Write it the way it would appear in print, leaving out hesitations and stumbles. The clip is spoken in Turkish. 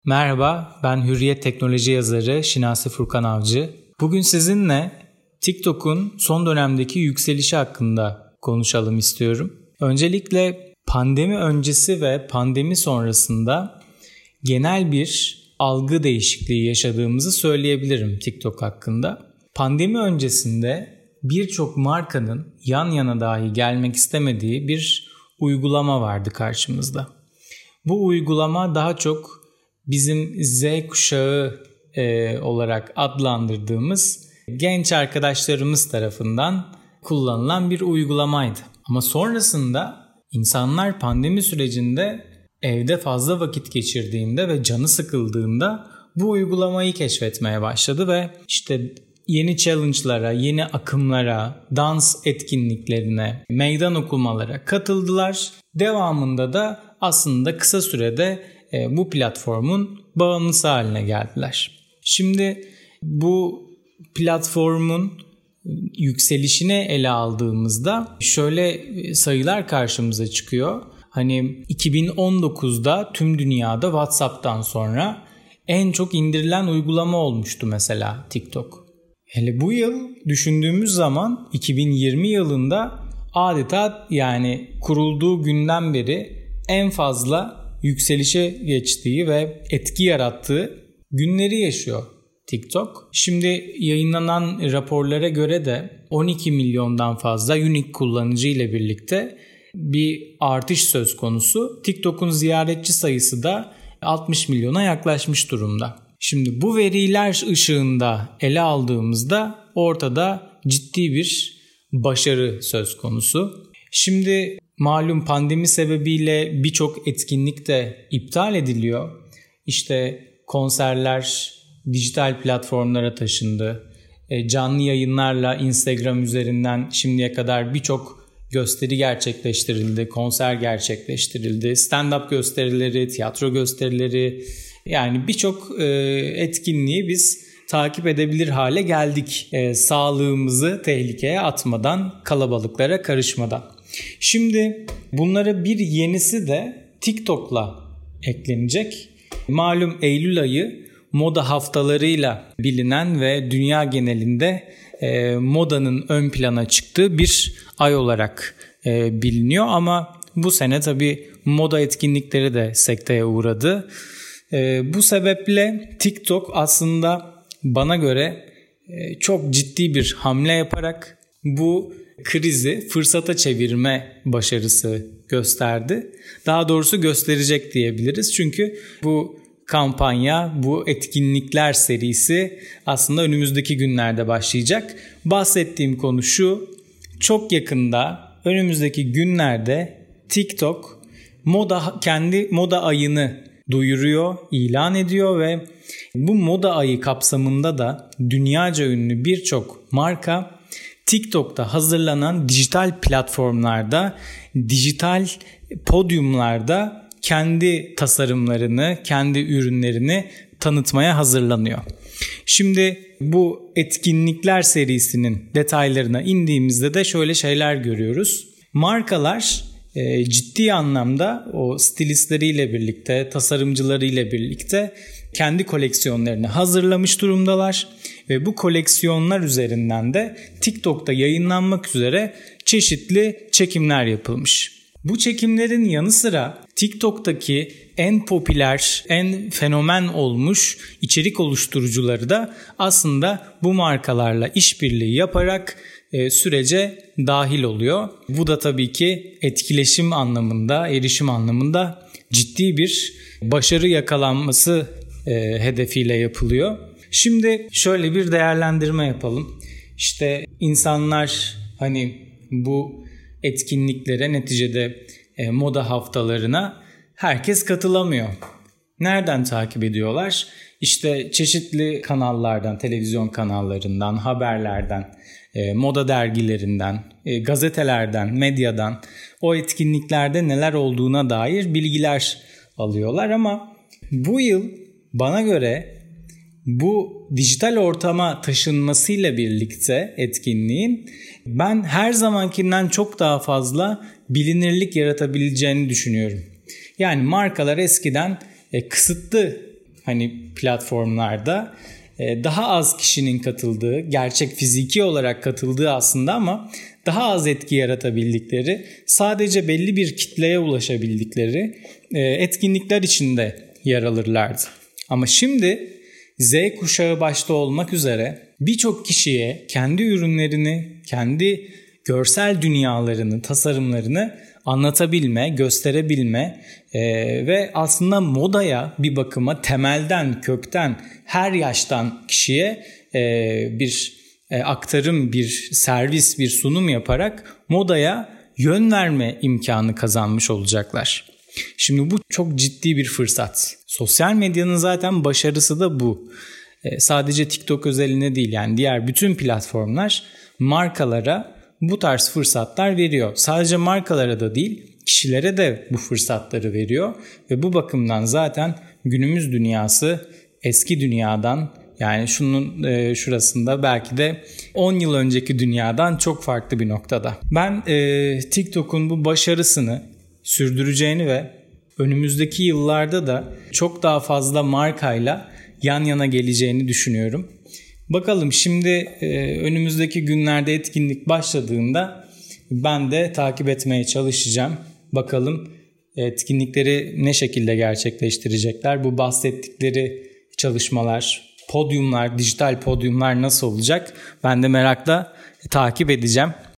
Merhaba, ben Hürriyet Teknoloji yazarı Şinasi Furkan Avcı. Bugün sizinle TikTok'un son dönemdeki yükselişi hakkında konuşalım istiyorum. Öncelikle pandemi öncesi ve pandemi sonrasında genel bir algı değişikliği yaşadığımızı söyleyebilirim TikTok hakkında. Pandemi öncesinde birçok markanın yan yana dahi gelmek istemediği bir uygulama vardı karşımızda. Bu uygulama daha çok bizim Z kuşağı olarak adlandırdığımız genç arkadaşlarımız tarafından kullanılan bir uygulamaydı. Ama sonrasında insanlar pandemi sürecinde evde fazla vakit geçirdiğinde ve canı sıkıldığında bu uygulamayı keşfetmeye başladı ve işte yeni challenge'lara, yeni akımlara, dans etkinliklerine, meydan okumalara katıldılar. Devamında da aslında kısa sürede bu platformun bağımlısı haline geldiler. Şimdi bu platformun yükselişine ele aldığımızda şöyle sayılar karşımıza çıkıyor. Hani 2019'da tüm dünyada WhatsApp'tan sonra en çok indirilen uygulama olmuştu mesela TikTok. Hele bu yıl düşündüğümüz zaman 2020 yılında adeta yani kurulduğu günden beri en fazla yükselişe geçtiği ve etki yarattığı günleri yaşıyor TikTok. Şimdi yayınlanan raporlara göre de 12 milyondan fazla unique kullanıcı ile birlikte bir artış söz konusu. TikTok'un ziyaretçi sayısı da 60 milyona yaklaşmış durumda. Şimdi bu veriler ışığında ele aldığımızda ortada ciddi bir başarı söz konusu. Şimdi malum pandemi sebebiyle birçok etkinlik de iptal ediliyor. İşte konserler dijital platformlara taşındı. Canlı yayınlarla Instagram üzerinden şimdiye kadar birçok gösteri gerçekleştirildi, konser gerçekleştirildi. Stand-up gösterileri, tiyatro gösterileri, yani birçok etkinliği biz takip edebilir hale geldik. Sağlığımızı tehlikeye atmadan, kalabalıklara karışmadan. Şimdi bunlara bir yenisi de TikTok'la eklenecek. Malum Eylül ayı moda haftalarıyla bilinen ve dünya genelinde modanın ön plana çıktığı bir ay olarak biliniyor. Ama bu sene tabii moda etkinlikleri de sekteye uğradı. Bu sebeple TikTok aslında bana göre çok ciddi bir hamle yaparak bu krizi fırsata çevirme başarısı gösterdi. Daha doğrusu gösterecek diyebiliriz. Çünkü bu kampanya, bu etkinlikler serisi aslında önümüzdeki günlerde başlayacak. Bahsettiğim konu şu: çok yakında önümüzdeki günlerde TikTok kendi moda ayını duyuruyor, ilan ediyor ve bu moda ayı kapsamında da dünyaca ünlü birçok marka TikTok'ta hazırlanan dijital platformlarda, dijital podyumlarda kendi tasarımlarını, kendi ürünlerini tanıtmaya hazırlanıyor. Şimdi bu etkinlikler serisinin detaylarına indiğimizde de şöyle şeyler görüyoruz. Markalar ciddi anlamda o stilistleriyle birlikte, tasarımcılarıyla birlikte kendi koleksiyonlarını hazırlamış durumdalar ve bu koleksiyonlar üzerinden de TikTok'ta yayınlanmak üzere çeşitli çekimler yapılmış. Bu çekimlerin yanı sıra TikTok'taki en popüler, en fenomen olmuş içerik oluşturucuları da aslında bu markalarla işbirliği yaparak sürece dahil oluyor. Bu da tabii ki etkileşim anlamında, erişim anlamında ciddi bir başarı yakalanması hedefiyle yapılıyor. Şimdi şöyle bir değerlendirme yapalım. İşte insanlar hani bu etkinliklere, neticede moda haftalarına herkes katılamıyor. Nereden takip ediyorlar? İşte çeşitli kanallardan, televizyon kanallarından, haberlerden, moda dergilerinden, gazetelerden, medyadan o etkinliklerde neler olduğuna dair bilgiler alıyorlar. Ama bu yıl bana göre bu dijital ortama taşınmasıyla birlikte etkinliğin ben her zamankinden çok daha fazla bilinirlik yaratabileceğini düşünüyorum. Yani markalar eskiden kısıtlı hani platformlarda daha az kişinin katıldığı, gerçek fiziki olarak katıldığı aslında ama daha az etki yaratabildikleri, sadece belli bir kitleye ulaşabildikleri etkinlikler içinde yer alırlardı. Ama şimdi Z kuşağı başta olmak üzere birçok kişiye kendi ürünlerini, kendi görsel dünyalarını, tasarımlarını anlatabilme, gösterebilme ve aslında modaya bir bakıma temelden, kökten, her yaştan kişiye bir aktarım, bir servis, bir sunum yaparak modaya yön verme imkanı kazanmış olacaklar. Şimdi bu çok ciddi bir fırsat. Sosyal medyanın zaten başarısı da bu. Sadece TikTok özelinde değil, yani diğer bütün platformlar markalara bu tarz fırsatlar veriyor. Sadece markalara da değil, kişilere de bu fırsatları veriyor ve bu bakımdan zaten günümüz dünyası eski dünyadan, yani şunun şurasında belki de 10 yıl önceki dünyadan çok farklı bir noktada. Ben TikTok'un bu başarısını sürdüreceğini ve önümüzdeki yıllarda da çok daha fazla markayla yan yana geleceğini düşünüyorum. Bakalım şimdi önümüzdeki günlerde etkinlik başladığında ben de takip etmeye çalışacağım. Bakalım etkinlikleri ne şekilde gerçekleştirecekler? Bu bahsettikleri çalışmalar, podyumlar, dijital podyumlar nasıl olacak? Ben de merakla takip edeceğim.